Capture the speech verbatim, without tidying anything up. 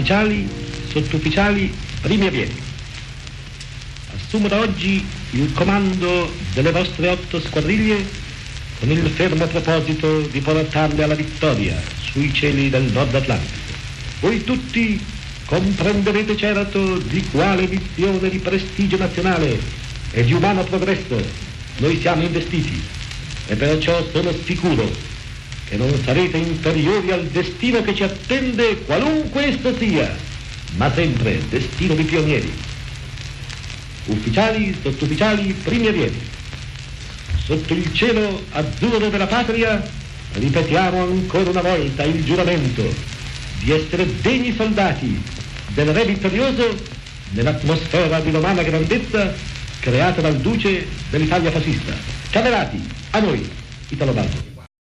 ufficiali, sottufficiali, primi allievi. Assumo da oggi il comando delle vostre otto squadriglie con il fermo proposito di portarle alla vittoria sui cieli del Nord Atlantico. Voi tutti comprenderete certo di quale missione di prestigio nazionale e di umano progresso noi siamo investiti, e perciò sono sicuro che non sarete inferiori al destino che ci attende, qualunque esso sia, ma sempre destino di pionieri. Ufficiali, sottufficiali, primi allievi, sotto il cielo azzurro della patria ripetiamo ancora una volta il giuramento di essere degni soldati del Re vittorioso nell'atmosfera di romana grandezza creata dal duce dell'Italia fascista. Camerati, a noi, Italo Balbo.